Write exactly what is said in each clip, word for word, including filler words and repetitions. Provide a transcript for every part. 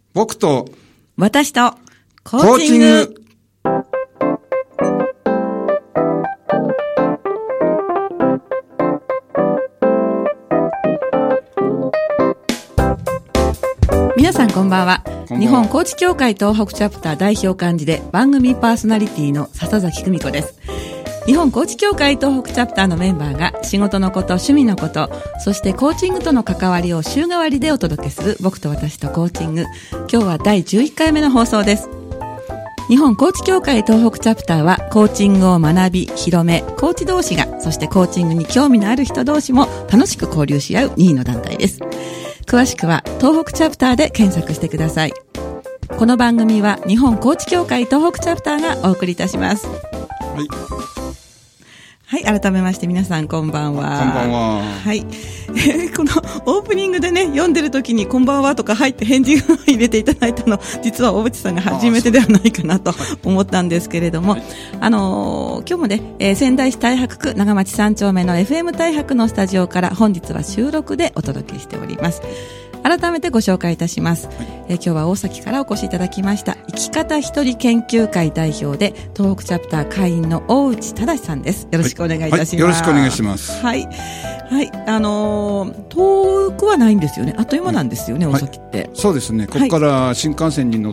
僕と私とコーチング。皆さんこんばんは。日本コーチ協会東北チャプター代表幹事で番組パーソナリティの笹崎久美子です。日本コーチ協会東北チャプターのメンバーが仕事のこと、趣味のこと、そしてコーチングとの関わりを週替わりでお届けする僕と私とコーチング。今日はだいじゅういっかいめの放送です。日本コーチ協会東北チャプターはコーチングを学び、広め、コーチ同士が、そしてコーチングに興味のある人同士も楽しく交流し合う任意の団体です。詳しくは東北チャプターで検索してください。この番組は日本コーチ協会東北チャプターがお送りいたします。 はいはい、改めまして皆さんこんばんは。 こんばんは。 はい、このオープニングでね、読んでる時にこんばんはとか入って返事を入れていただいたの、実は大渕さんが初めてではないかなと思ったんですけれども、あ、はい、あのー、今日もね、えー、仙台市太白区長町さん丁目の エフエム 太白のスタジオから本日は収録でお届けしております。改めてご紹介いたします。はい、えー、今日は大崎からお越しいただきました生き方一人研究会代表で東北チャプター会員の大内忠さんです。よろしくお願いいたします。はいはい、 よろしくお願いします。 はい、はい、あのー、遠くはないんですよね。あっという間なんですよね、はい、大崎って。 そうですね。ここから新幹線に乗って、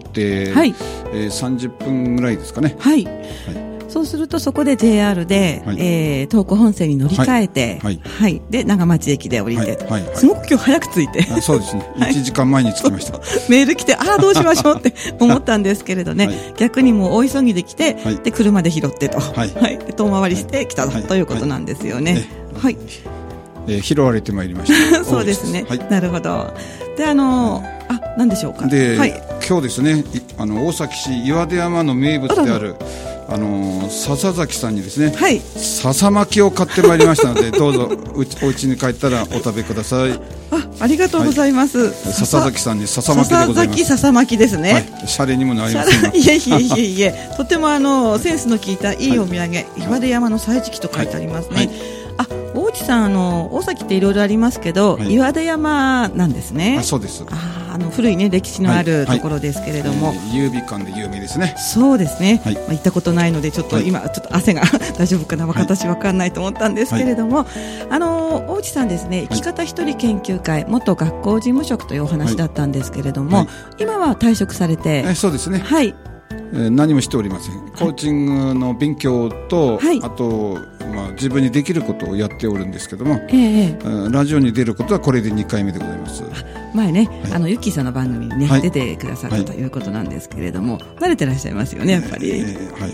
はい、えー、さんじゅっぷんぐらいですかね。 はい、はい、そうするとそこで ジェイアール で、はい、えー、東北本線に乗り換えて、はいはい、で長町駅で降りて、はいはいはい、すごく今日早く着いて、 そうですね、はい、いちじかんまえに着きました。 メール来て、ああどうしましょうって思ったんですけれどね、はい、逆にもう大急ぎで来て、はい、で車で拾ってと、はいはい、で遠回りして来た、はい、ということなんですよね。はい、はい、 えー、拾われてまいりましたそうですね、はい、なるほど。で、あのー、あ、何でしょうか。 で、 はい、 今日ですね、あの大崎市岩出山の名物であるあのー、笹崎さんにですね、はい、笹巻きを買ってまいりましたのでどうぞうちお家に帰ったらお食べください。 あ、ありがとうございます。はい、 笹崎さんに笹巻きでございます。 笹崎笹巻きですね。 はい、シャレにもなりませんが。 いえいえいえいえ、とてもあのセンスの効いたいいお土産、はい、岩出山の歳時記と書いてありますね。はいはい、あ、大内さん、あの大崎っていろいろありますけど、はい、岩出山なんですね。 あ、そうです。 あ、あの古いね歴史のあるところですけれども、 はいはい、えー、優美館で有名ですね。 そうですね。はい、まあ、行ったことないのでちょっと今、はい、ちょっと汗が大丈夫かな、私わかんないと思ったんですけれども、はい、あの大内さんですね、生き方一人研究会元学校事務職というお話だったんですけれども、はいはい、今は退職されて、 えー、そうですね。 はい、 えー、何もしておりません。コーチングの勉強と、はい、あと、まあ、自分にできることをやっておるんですけども、えー、ラジオに出ることはこれでにかいめでございます。 前ね、はい、あのユッキーさんの番組に、ね、はい、出てくださったということなんですけれども、慣れてらっしゃいますよね、やっぱり。えー、はい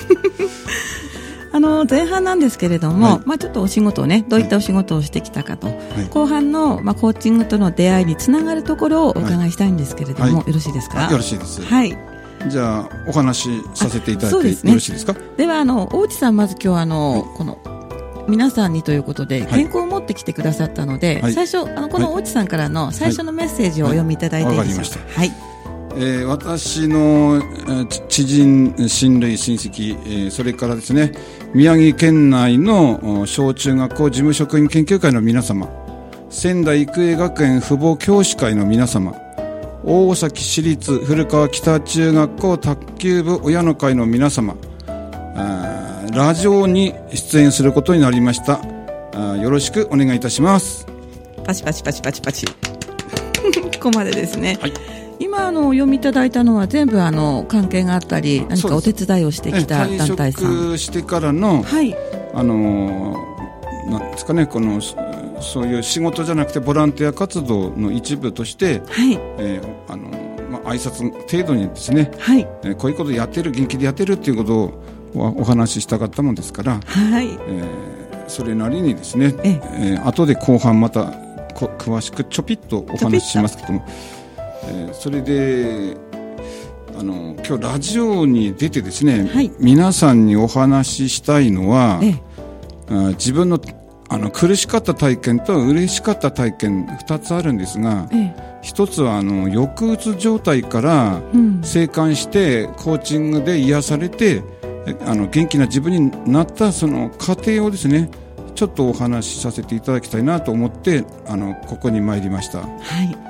あの前半なんですけれども、はい、まあ、ちょっとお仕事をね、どういったお仕事をしてきたかと、はい、後半の、まあ、コーチングとの出会いにつながるところをお伺いしたいんですけれども、はいはい、よろしいですか。 よろしいです。 はい、 じゃあお話しさせていただいて、ね、よろしいですか。 ではあの大内さん、まず今日あの、はい、この皆さんにということで原稿を持ってきてくださったので、はい、最初あのこの大内さんからの最初のメッセージをお読みいただいていいでしょうか。わかりました。はい、 えー、私の知人、親類、親戚、えー、それからですね、宮城県内の小中学校事務職員研究会の皆様、仙台育英学園父母教師会の皆様、大崎市立古川北中学校卓球部親の会の皆様、ラジオに出演することになりました。よろしくお願いいたします。 パチパチパチパチパチここまでですね。はい、今あのお読みいただいたのは全部あの関係があったり何かお手伝いをしてきた団体さん。 退職してからの、はい、あのなんですかね、このそういう仕事じゃなくてボランティア活動の一部として、はい、えー、あのまあ、挨拶程度にですね、はい、えー、こういうことやってる、元気でやってるっていうことを お, お話ししたかったもんですから、はい、えー、それなりにですね、ええー、後で後半またこ詳しくちょぴっとお話ししますけども、えー、それであの今日ラジオに出てですね、はい、皆さんにお話ししたいのは、ええ、あ自分のあの苦しかった体験と嬉しかった体験ふたつあるんですが、ええ、ひとつはあの抑うつ状態から生還してコーチングで癒されて、あの元気な自分になったその過程をですね、ちょっとお話しさせていただきたいなと思ってあのここに参りました。はい、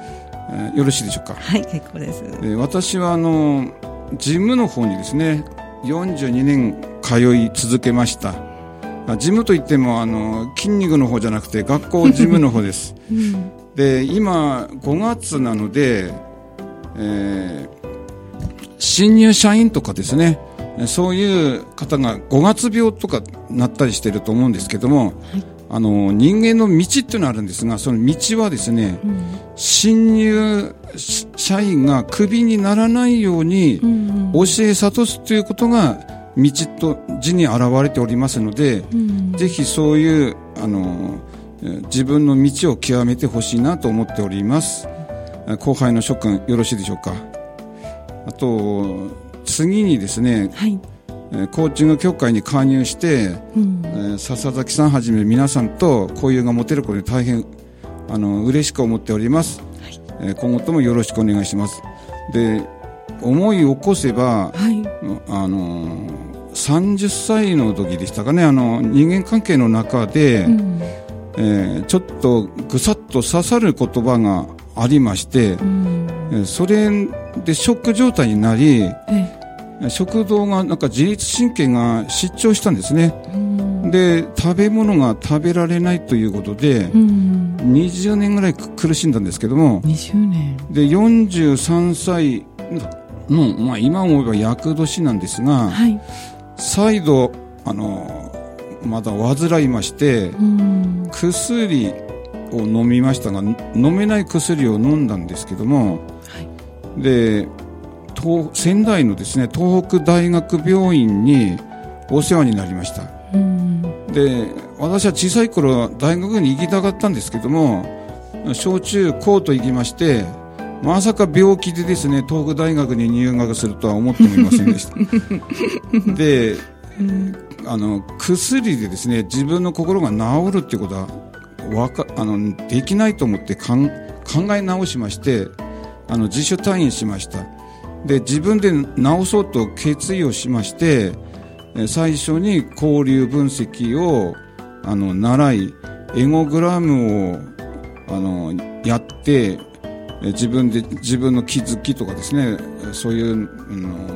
えー、よろしいでしょうか。 はい、結構です。 えー、私はあのジムの方にですねよんじゅうにねん通い続けました。ジムといってもあの筋肉の方じゃなくて学校ジムの方です、うん、で今ごがつなので、えー、新入社員とかですね、そういう方がごがつ病とかなったりしてると思うんですけども、はい、あの人間の道っていうのがあるんですが、その道はですね、うん、新入社員がクビにならないように教え諭すということが道と字に現れておりますので、うん、ぜひそういうあの自分の道を極めてほしいなと思っております。後輩の諸君よろしいでしょうか。あと次にですね、はい、コーチング協会に加入して、うん、えー、笹崎さんはじめ皆さんと交友が持てることに大変あの嬉しく思っております、はい、えー、今後ともよろしくお願いします。で思い起こせば、はい、あのさんじゅっさいの時でしたかね、あの人間関係の中で、うん、えー、ちょっとぐさっと刺さる言葉がありまして、うん、えー、それでショック状態になり、え食道がなんか自律神経が失調したんですね、うん、で食べ物が食べられないということで、うん、にじゅうねんぐらい苦しんだんですけども、 にじゅうねんでよんじゅうさんさいの、まあ、今思えば厄年なんですが、はい、再度あのまだ患いまして、うん、薬を飲みましたが飲めない薬を飲んだんですけども、はい、で東仙台のですね東北大学病院にお世話になりました、うん、で私は小さい頃大学に行きたかったんですけども小中高と行きましてまさか病気でですね東北大学に入学するとは思ってもいませんでしたで、うん、あの薬でですね自分の心が治るっていうことはわかあのできないと思ってかん考え直しましてあの自主退院しました。で自分で治そうと決意をしまして最初に交流分析をあの習いエゴグラムをあのやって自分で自分の気づきとかですねそういう、うん、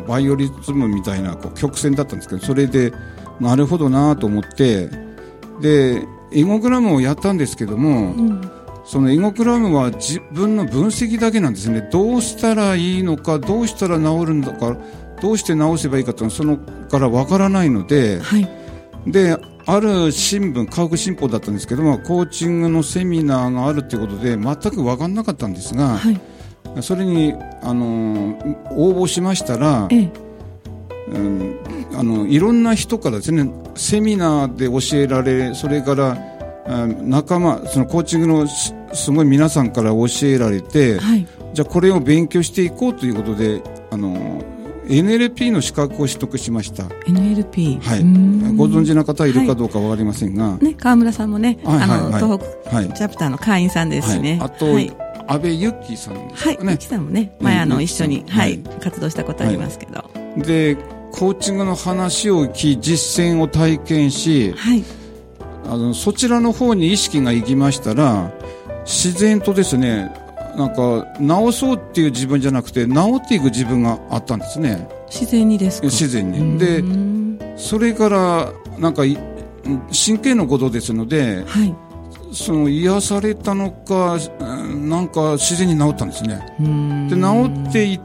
バイオリズムみたいなこう曲線だったんですけどそれでなるほどなと思ってでエゴグラムをやったんですけども、うん、そのエゴグラムは自分の分析だけなんですね。どうしたらいいのかどうしたら治るんだかどうして治せばいいかというのはそのからわからないので、はい、である新聞科学新報だったんですけどもコーチングのセミナーがあるということで全く分からなかったんですが、はい、それにあの応募しましたら、ええうん、あのいろんな人からですねセミナーで教えられそれから仲間そのコーチングのすごい皆さんから教えられて、はい、じゃあこれを勉強していこうということであの エヌエルピー の資格を取得しました。 エヌエルピー、 はい、ご存知の方いるかどうか分かりませんが、 はいね、川村さんもね、はいはいはい、あの東北チャプターの会員さんですしね、 はい、あと、はい、安倍由紀さんですかね、 はい、由紀さんもね前あの、うん、一緒に、はいはい、活動したことありますけど、はい、 でコーチングの話を聞き実践を体験し、はい、あのそちらの方に意識が行きましたら自然とですねなんか治そうっていう自分じゃなくて治っていく自分があったんですね。 自然にですか？ 自然に。でそれからなんか神経のことですので、はい、その癒されたのかなんか自然に治ったんですね。で治っていって、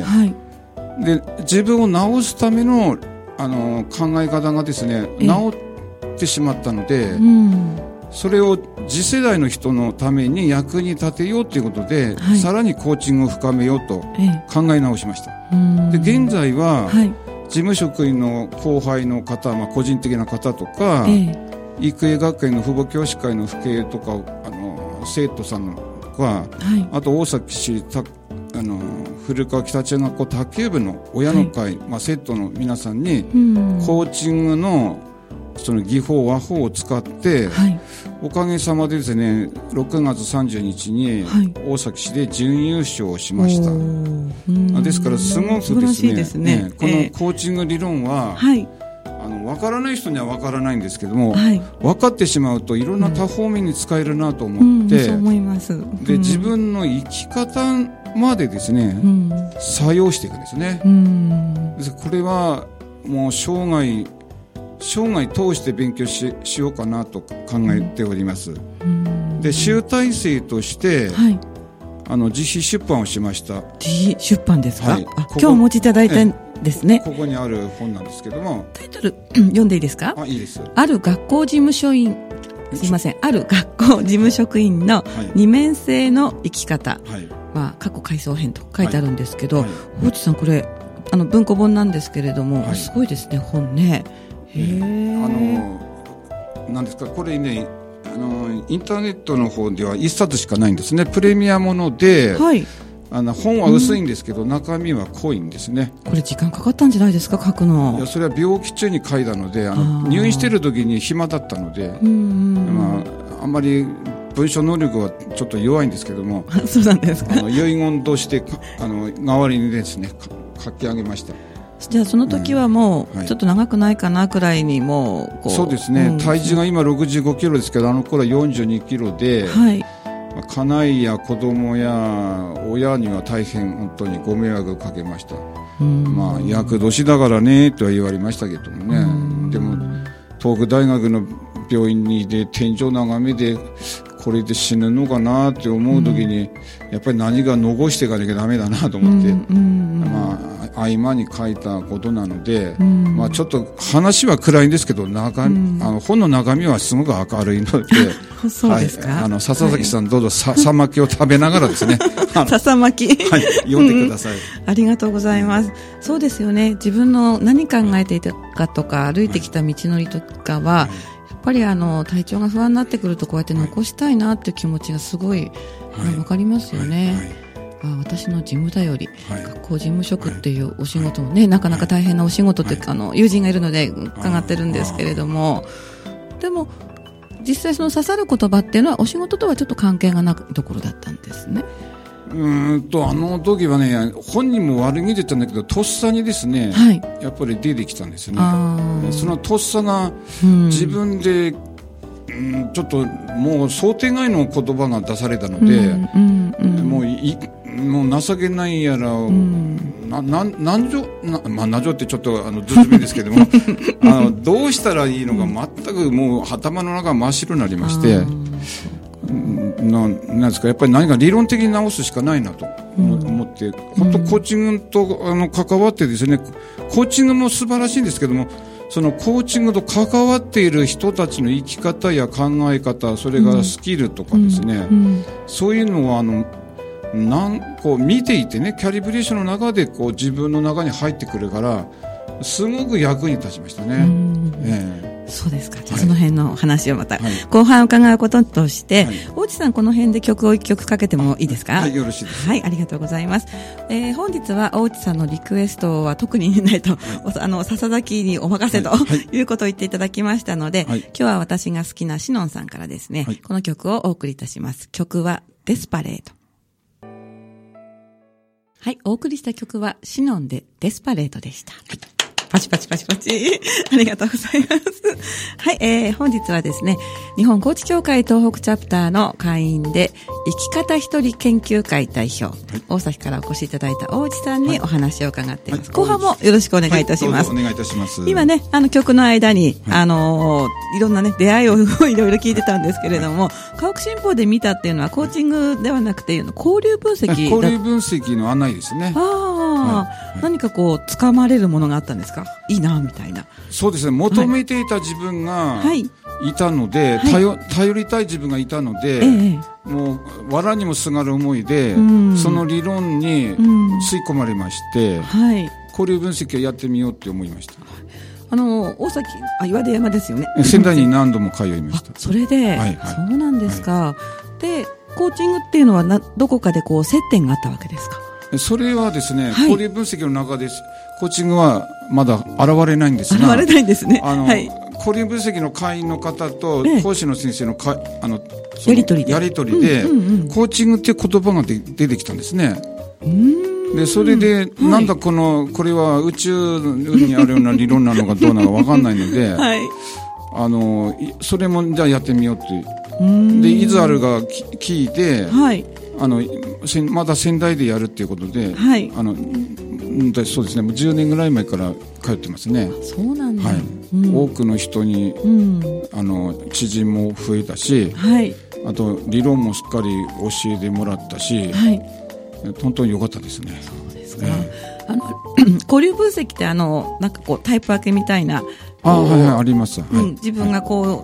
はい、で自分を治すための、あの考え方がですね治ってしまったので、それを次世代の人のために役に立てようということで、はい、さらにコーチングを深めようと考え直しました。で現在は、はい、事務職員の後輩の方、まあ、個人的な方とか、ええ、育英学園の父母教師会の父兄とかあの生徒さんとか、はい、あと大崎市たあの古川北中学校卓球部の親の会、はいまあ、生徒の皆さんにコーチングのその技法和法を使って、はい、おかげさまでですねろくがつさんじゅうにちに大崎市で準優勝をしました、はい、ですからすごくですね、ですね、ねこのコーチング理論は、えー、ああの分からない人には分からないんですけども、はい、分かってしまうといろんな多方面に使えるなと思って、うんうん、 そう思います、うん、 で自分の生き方までですね、うん、作用していくんですね、うん、ですこれはもう生涯生涯通して勉強 し, しようかなと考えております、うん、で集大成として、はい、あの自費出版をしました。 自費出版ですか、はい、あ今日お持ちいただいたんですね。 ここにある本なんですけども、 タイトル読んでいいですか。 あ、いいです。 ある学校事務所員すいませんある学校事務職員の二面性の生き方、はい、まあ、過去回想編と書いてあるんですけど、はいはい、大地さんこれあの文庫本なんですけれども、はい、すごいですね本ね。へー、 あのなんですかこれね、あのインターネットの方ではいっさつしかないんですね。プレミアもので、はい、あの本は薄いんですけど、うん、中身は濃いんですね。 これ時間かかったんじゃないですか書くの。 いやそれは病気中に書いたので、あの入院してる時に暇だったので、うん、まあ、あんまり文章能力はちょっと弱いんですけどもそうなんですか。 あの遺言としてあの代わりにですね書き上げました。 じゃあその時はもうちょっと長くないかなくらいにもうこう、 そうですね、うん、体重が今ろくじゅうごキロですけど、あの頃はよんじゅうにキロで、はい、まあ、家内や子供や親には大変本当にご迷惑をかけました。うん、まあ厄年だからねとは言われましたけどもね、うん、でも東北大学の病院にで天井眺めでこれで死ぬのかなって思う時に、うん、やっぱり何か残していかなきゃダメだなと思って、うんうんうん、まあ、合間に書いたことなので、うん、まあ、ちょっと話は暗いんですけど中、うん、あの本の中身はすごく明るいのでそうですか、 はい、あの笹崎さん、はい、どうぞささ巻きを食べながらですね笹巻き、 はい、読んでください、うん、 ありがとうございます。そうですよね、自分の何考えていたかとか歩いてきた道のりとかは、はい、やっぱりあの体調が不安になってくるとこうやって残したいなっていう気持ちがすごい、はい、分かりますよね、はいはい、あ、私の事務だより、はい、学校事務職っていうお仕事もね、なかなか大変なお仕事って、はい、あの友人がいるので伺ってるんですけれども、でも実際その刺さる言葉っていうのはお仕事とはちょっと関係がないところだったんですね。 うーんとあの時はね、本人も悪気出たんだけどとっさにですね、はい、やっぱり出てきたんですよね。そのとっさが自分で、うん、ちょっともう想定外の言葉が出されたので、うんうんうん、もういもう情けないやら、うん、なな何情な、まあ、何情ってちょっとあのずつめですけどもあのどうしたらいいのか全くもう頭の中真っ白になりまして、ななんですか、やっぱり何か理論的に直すしかないなと思って、うん、本当コーチングとあの関わってですね、コーチングも素晴らしいんですけども、そのコーチングと関わっている人たちの生き方や考え方、それからスキルとかですね、うんうん、そういうのはあのなんこう見ていてね、キャリブレーションの中でこう自分の中に入ってくるからすごく役に立ちましたね、うん、えー、 そうですか。じゃあその辺の話をまた後半伺うこととして、はい、大地さんこの辺で曲を一曲かけてもいいですか。 はい、よろしいです。 はい、ありがとうございます、えー、本日は大地さんのリクエストは特にないと、はい、あの笹崎にお任せと、はい、いうことを言っていただきましたので、はい、今日は私が好きなシノンさんからですね、はい、この曲をお送りいたします。曲はデスパレート。はい、お送りした曲はシノンでデスパレートでした。はい、パチパチパチパチありがとうございます。はい、えー、本日はですね、日本高知協会東北チャプターの会員で生き方一人研究会代表、はい、大崎からお越しいただいた大地さんにお話を伺っています、はい、後半もよろしくお願いいたします、 はい、お願いいたします。 今ね、あの曲の間に、はい、あのー、いろんなね出会いをいろいろ聞いてたんですけれども、科学新報で見たっていうのはコーチングではなくて交流分析だ。 交流分析の案内ですね。 ああ、はいはい、何かこう掴まれるものがあったんですか。いいなみたいな。 そうですね、求めていた自分がいたので、はい、頼, 頼りたい自分がいたので、ええ、もう藁にもすがる思いで、うん、その理論に吸い込まれまして、うん、はい、交流分析をやってみようって思いました。 あの大崎、あ、岩出山ですよね。 仙台に何度も通いました。 それで、はいはい、そうなんですか、はい、でコーチングっていうのはなどこかでこう接点があったわけですか。 それはですね、はい、交流分析の中です。コーチングはまだ現れないんですが、 現れないんですね。 あの、はい、交流分析の会員の方と講師の先生のか、あのやり取りで、やり取りで、うんうんうん、コーチングっていう言葉がで出てきたんですね。うーん、 でそれで、はい、なんだこのこれは宇宙にあるような理論なのかどうなのか分かんないので、はい、あのそれもじゃあやってみようっていうでイザールが聞いて、はい、あのまだ仙台でやるっていうことで、はい、あのそうですね、もうじゅうねんぐらい前から通ってますね。 そうなんだ、 はい、うん、多くの人に、うん、あの知人も増えたし、はい、あと理論もしっかり教えてもらったし、はい、本当に良かったですね。 そうですか、ね、あの交流分析ってあのなんかこうタイプ分けみたいな、 あ、はいはい、あります、はい、 うん、自分がこう、はい、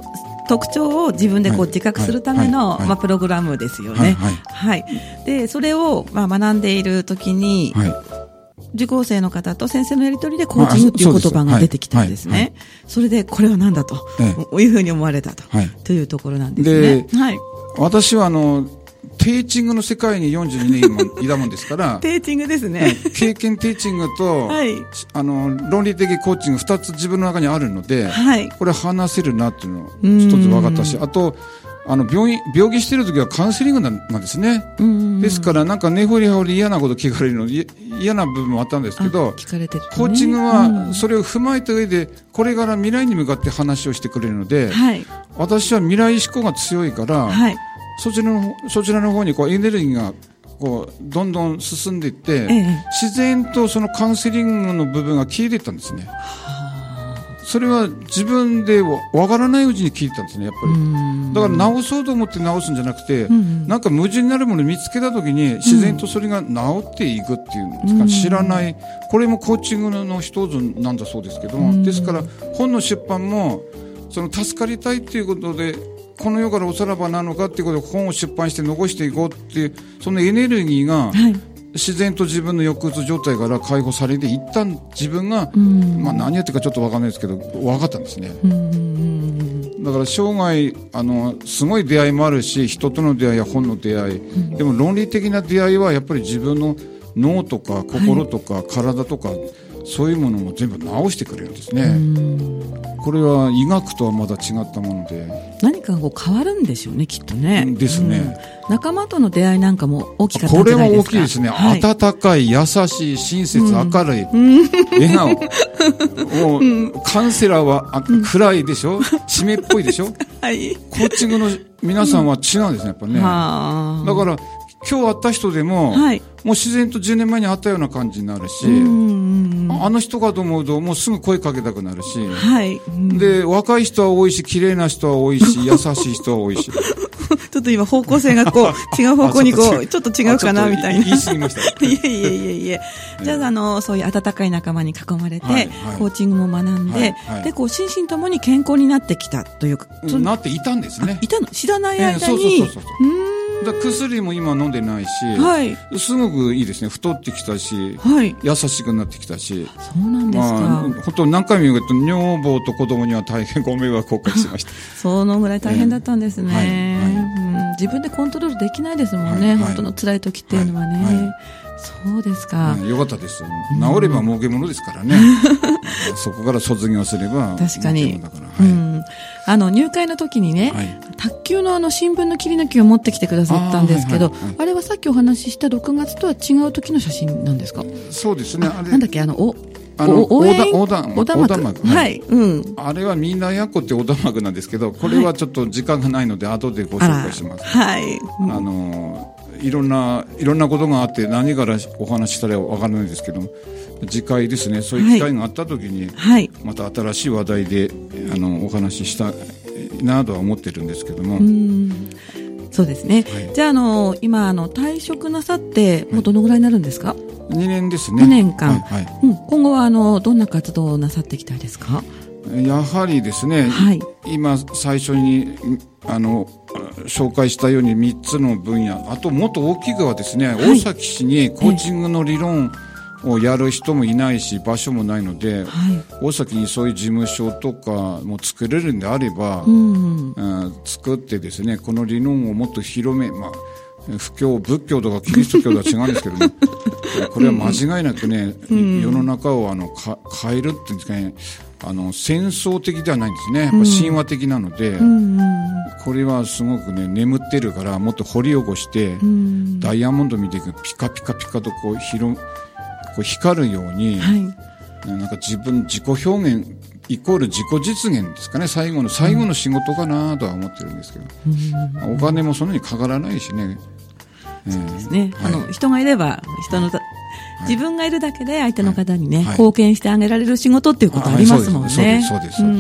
特徴を自分でこう自覚するための、はいはい、まあ、プログラムですよね。はいはいはい、でそれをまあ学んでいるときに、はい、受講生の方と先生のやり取りでコーチングという言葉が出てきたんですね。はいはい、それでこれは何だと、ええ、いうふうに思われたと、はい、というところなんですね。 で、はい、私はあのテーチングの世界によんじゅうにねんもいたもんですからテーチングですね、 経験テーチングと、はい、あの論理的コーチングふたつ自分の中にあるので、はい、これ話せるなっていうの一つ分かったし、あとあの 病, 院病気してる時はカウンセリングなんですね。ですからなんか根掘り葉掘り嫌なこと聞かれるの嫌な部分もあったんですけど、 聞かれてるね、 コーチングはそれを踏まえた上でこれから未来に向かって話をしてくれるので、はい、私は未来志向が強いから、はい、そちらのそちらの方にこうエネルギーがこうどんどん進んでいって、ええ、自然とそのカウンセリングの部分が消えていったんですね。それは自分でわからないうちに聞いてたんですね、やっぱり。だから直そうと思って直すんじゃなくて、うん、なんか矛盾になるものを見つけたときに自然とそれが治っていくっていうんですか、うん、知らない、これもコーチングの一つなんだそうですけども、うん、ですから本の出版もその助かりたいっていうことでこの世からおさらばなのかっていうことで本を出版して残していこうっていうそのエネルギーが、はい、自然と自分の抑うつ状態から解放されて一旦自分が、まあ、何やってるかちょっと分かんないですけど分かったんですね。だから生涯あのすごい出会いもあるし人との出会いや本の出会い、でも論理的な出会いはやっぱり自分の脳とか心とか体とか、はい、そういうものも全部治してくれるんですね。これは医学とはまだ違ったもので何かこう変わるんでしょうね、きっとね。 ですね、 うん、仲間との出会いなんかも大きかったんじゃないですか。 これは大きいですね、はい、温かい優しい親切、うん、明るい、うん、笑顔もう、うん、カウンセラーはあ暗いでしょ、湿っぽいでしょ、はい、コーチングの皆さんは違うんですね、やっぱね。だから今日会った人でも、はい、もう自然とじゅうねんまえに会ったような感じになるし、あの人かと思うともうすぐ声かけたくなるし、はい、で若い人は多いし綺麗な人は多いし優しい人は多いしちょっと今方向性がこう違う方向にこうちょっと違うかなみたいな。 言い過ぎました。 いえいえいえいえ。じゃあ、あのそういう温かい仲間に囲まれて、はいはい、コーチングも学んで、はいはい、でこう心身ともに健康になってきたというか、 なっていたんですね。 いたの知らない間に。えー、そうそうそうそう。 だ薬も今飲んでないし、はい、すごくいいですね。太ってきたし、はい、優しくなってきたし。 そうなんですか。まあ、 本当何回も言うと女房と子供には大変ご迷惑をおかけしました。 そのぐらい大変だったんですね。えーはいはいうん、自分でコントロールできないですもんね、はいはい、本当の辛い時っていうのはね。はいはいそうですか、 うん、よかったです。治れば儲けものですからね、うん、そこから卒業すれば確かに、だから、はいうん、あの入会の時にね、はい、卓球 の, あの新聞の切り抜きを持ってきてくださったんですけど あ,、はいはいはい、あれはさっきお話ししたろくがつとは違う時の写真なんですか。 そうですね。あれなんだっけあのおあの横断横断横断幕、はい、うん、 あれはみんなやっこって横断幕なんですけど、これはちょっと時間がないので後でご紹介します。はい、うん、あのいろんないろんなことがあって何からお話ししたらわからないですけども、次回ですね、そういう機会があった時に、はい、また新しい話題であのお話ししたいなとは思ってるんですけども。うんそうですね、はい、じゃあ、あの今あの退職なさってもうどのぐらいになるんですか。はい、 にねんですね。 にねんかん、はいはいうん、今後はあのどんな活動をなさっていきたいですか。 やはりですね、はい、今最初にあの紹介したようにみっつの分野、あともっと大きくはですね、はい、大崎市にコーチングの理論をやる人もいないし場所もないので、はい、大崎にそういう事務所とかも作れるんであれば、うんうん、作ってですねこの理論をもっと広め、まあ布教仏教とかキリスト教とは違うんですけどもこれは間違いなくね、うん、世の中をあのか変えるっていうんですかね、 あの戦争的ではないんですね。やっぱ神話的なので、うんうん、これはすごくね眠ってるからもっと掘り起こして、うん、ダイヤモンド見ていくピカピカピカとこう広こう光るように、はい、なんか自分自己表現イコール自己実現ですかね。最後の最後の仕事かなとは思ってるんですけど、うん、お金もそんなにかからないしね。 そうですね、はい、あの人がいれば人の自分がいるだけで相手の方にね、はいはい、貢献してあげられる仕事っていうことありますもんね。 そうです、そうです、そうです。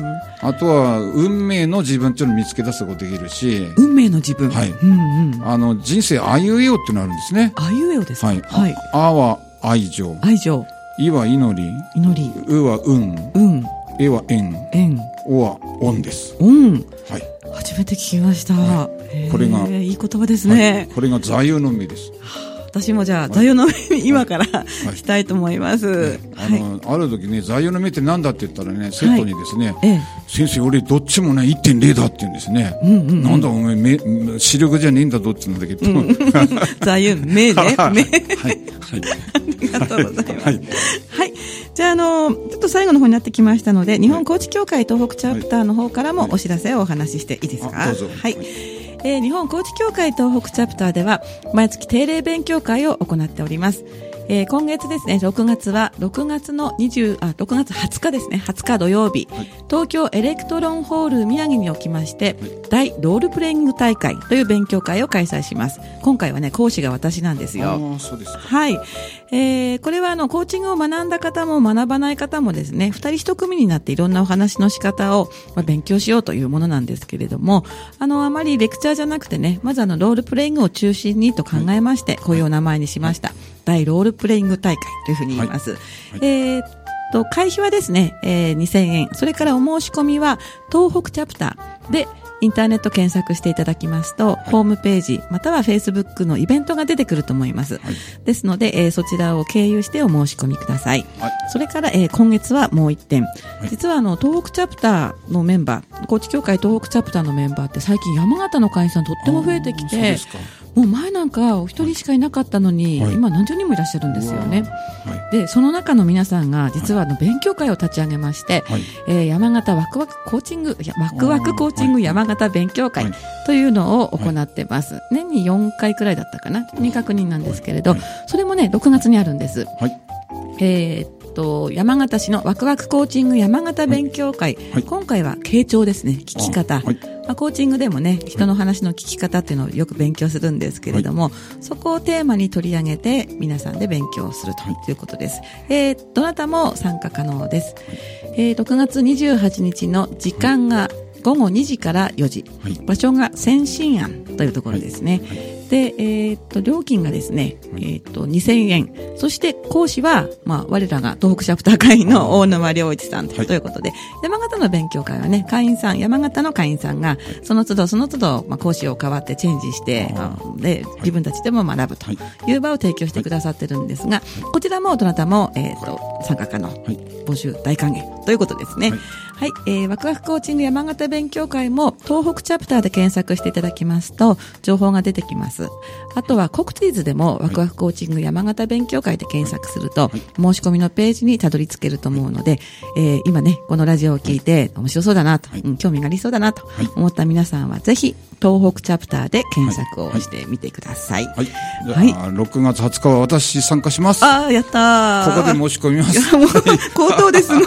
あとは運命の自分っていうのを見つけ出すことができるし。 運命の自分。 はい。うんうん、あの人生あいうえおっていうのがあるんですね。 あいうえおですか。 はい。はい、あは愛情。 愛情。 いは祈り。 祈り。 うは運。 運。 えは縁。 縁。 おは恩です。 恩。 はい。 初めて聞きました。はい、 これがいい言葉ですね。 はい、これが座右の銘です。 私もじゃあ、座右の銘に今からしたいと思います。はい、 あの、ある時ね、座右の銘って何だって言ったらね、生徒にですね、はいええ、先生俺どっちもね いってんれい だって言うんですね。うんうんうん、なんだお前め視力じゃねえんだどっちなんだけど。うん、 座右銘ね。銘。はい。はい。 ありがとうございます。はい。はい。じゃあ、あの、ちょっと最後の方になってきましたので、日本コーチ協会東北チャプターの方からもお知らせをお話ししていいですか。 はい、どうぞ。 はい。えー、日本コーチ協会東北チャプターでは毎月定例勉強会を行っております。えー、今月ですね、ろくがつはろくがつの20あろくがつはつかですね、はつか土曜日、はい、東京エレクトロンホール宮城におきまして、はい、大ロールプレイング大会という勉強会を開催します。今回はね、講師が私なんですよ。 あ、そうですか。 はい。えー、これはあのコーチングを学んだ方も学ばない方もですね、二人一組になっていろんなお話の仕方を、まあ、勉強しようというものなんですけれども、あのあまりレクチャーじゃなくてね、まずあのロールプレイングを中心にと考えまして、はい、こういうお名前にしました。はい、大ロールプレイング大会というふうに言います。はいはい、えー、っと会費はですね、えー、にせんえん。それからお申し込みは東北チャプターでインターネット検索していただきますと、はい、ホームページまたはフェイスブックのイベントが出てくると思います。はい、ですので、えー、そちらを経由してお申し込みください。はい、それから、えー、今月はもういってん、はい、実はあの東北チャプターのメンバー、高知協会東北チャプターのメンバーって最近山形の会員さんとっても増えてきて、もう前なんかお一人しかいなかったのに、はい、今何十人もいらっしゃるんですよね。はい、でその中の皆さんが実はあの勉強会を立ち上げまして、はい、えー、山形ワクワクコーチングワクワクコーチング山形勉強会というのを行ってます。はい、年によんかいくらいだったかな、未確認なんですけれど、はい、それもねろくがつにあるんです。はい、えーと山形市のワクワクコーチング山形勉強会、はいはい、今回は傾聴ですね、聞き方、はい、まあ、コーチングでもね人の話の聞き方っていうのをよく勉強するんですけれども、はい、そこをテーマに取り上げて皆さんで勉強するということです。えー、どなたも参加可能です。えー、ろくがつにじゅうはちにちの時間がごごにじからよじ、はい、場所が先進庵というところですね。はいはい、で、えー、っと料金がですね、はい、えー、っとにせんえん、そして講師は、まあ、我らが東北チャプター会員の大沼良一さんということで、はい、山形の勉強会はね会員さん山形の会員さんがその都度その都度、まあ、講師を変わってチェンジして、まあ、で自分たちでも学ぶという場を提供してくださってるんですが、こちらもどなたも、えー、っと参加可能、募集大歓迎ということですね。はい、はい、えー、ワクワクコーチング山形勉強会も東北チャプターで検索していただきますと情報が出てきます。あとはコクティーズでもワクワクコーチング山形勉強会で検索すると、はい、申し込みのページにたどり着けると思うので、えー、今ねこのラジオを聞いて面白そうだなと、はい、うん、興味がありそうだなと思った皆さんはぜひ東北チャプターで検索をしてみてください。はい、 はいはい、ろくがつはつかは私参加します。 ああ、やったー。 ここで申し込みます。 いやもう口頭ですごい、はい、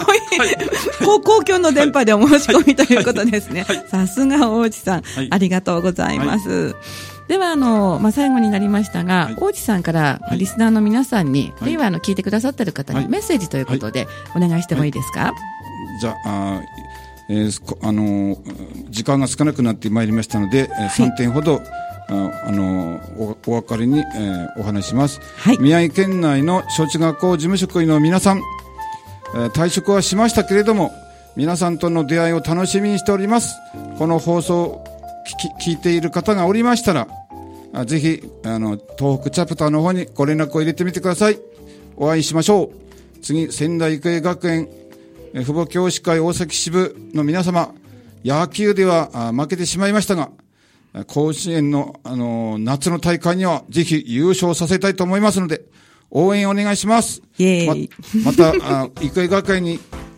公共の電波でお申し込みということですね。さすが大地さん、はい、ありがとうございます。はい、ではあの、まあ、最後になりましたが、はい、大地さんから、はい、リスナーの皆さんに、はい、あるいはあの聞いてくださっている方にメッセージということでお願いしてもいいですか。はいはい、 じゃあ、えー、あの時間が少なくなってまいりましたので、はい、さんてんほどああの お, お別れに、えー、お話します。はい、宮城県内の小中学校事務職員の皆さん、えー、退職はしましたけれども皆さんとの出会いを楽しみにしております。この放送を聞, 聞いている方がおりましたらぜひあの東北チャプターの方にご連絡を入れてみてください。お会いしましょう。次、仙台育英学園父母教師会大崎支部の皆様、野球では負けてしまいましたが甲子園の、あの夏の大会にはぜひ優勝させたいと思いますので応援お願いします。 イエーイ。 ま, また育英学園に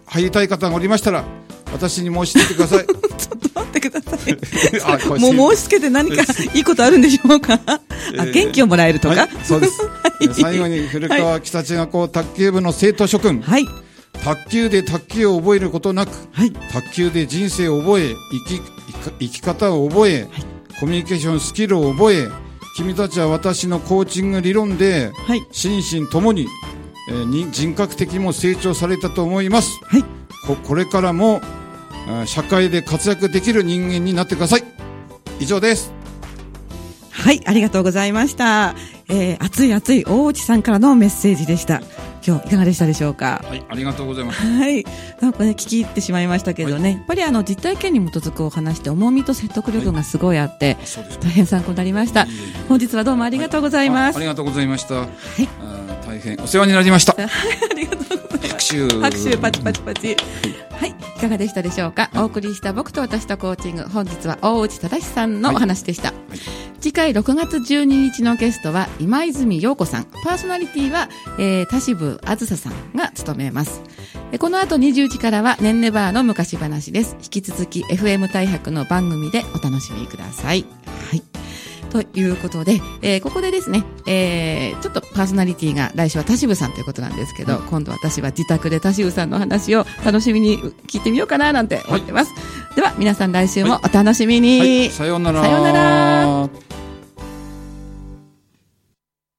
入りたい方がおりましたら私に申し付けてください。 ちょっと待ってください。あ、もう申し付けて何かいいことあるんでしょうか。あ、元気をもらえるとか、はい、 そうです、はい、最後に古川北中学校卓球部の生徒諸君、はい、卓球で卓球を覚えることなく、はい、卓球で人生を覚え、生き、生き方を覚え、はい、コミュニケーションスキルを覚え、君たちは私のコーチング理論で、はい、心身ともに、えー、に人格的にも成長されたと思います、はい、こ, これからも社会で活躍できる人間になってください。以上です。 はい、ありがとうございました。えー、熱い熱い大内さんからのメッセージでした。今日いかがでしたでしょうか。 はい、ありがとうございます。 はい、なんかね聞き入ってしまいましたけどね、はい、やっぱりあの実体験に基づくお話って重みと説得力がすごいあって、はい、大変参考になりました。本日はどうもありがとうございます。 はい、あ, ありがとうございました。はい、あ大変お世話になりました。 ありがとうございます。 拍手拍手パチパチパチ。はい、はい、いかがでしたでしょうか。はい、お送りした僕と私とコーチング、本日は大内忠さんのお話でした。はいはい、次回ろくがつじゅうににちのゲストは今泉陽子さん、パーソナリティは、えー、田渋あずささんが務めます。この後にじゅうじからはねんねバーの昔話です。引き続き エフエム 大白の番組でお楽しみください。はい、ということで、えー、ここでですね、えー、ちょっとパーソナリティが来週は田渋さんということなんですけど、うん、今度私は自宅で田渋さんの話を楽しみに聞いてみようかななんて思ってます。はい、では皆さん来週もお楽しみに。 はいはい、さようなら。 さようなら。